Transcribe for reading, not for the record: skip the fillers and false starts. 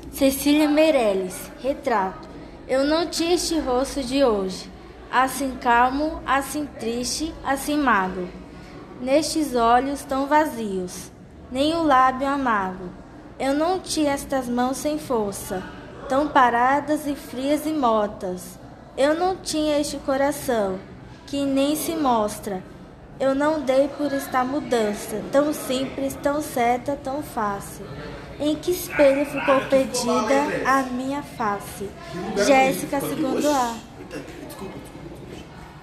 Cecília Meirelles, retrato. Eu não tinha este rosto de hoje, assim calmo, assim triste, assim magro. Nestes olhos tão vazios, nem o lábio amargo. Eu não tinha estas mãos sem força, tão paradas e frias e mortas. Eu não tinha este coração, que nem se mostra. Eu não dei por esta mudança, tão simples, tão certa, tão fácil. Em que espelho ficou perdida a minha face? Jéssica, segundo A.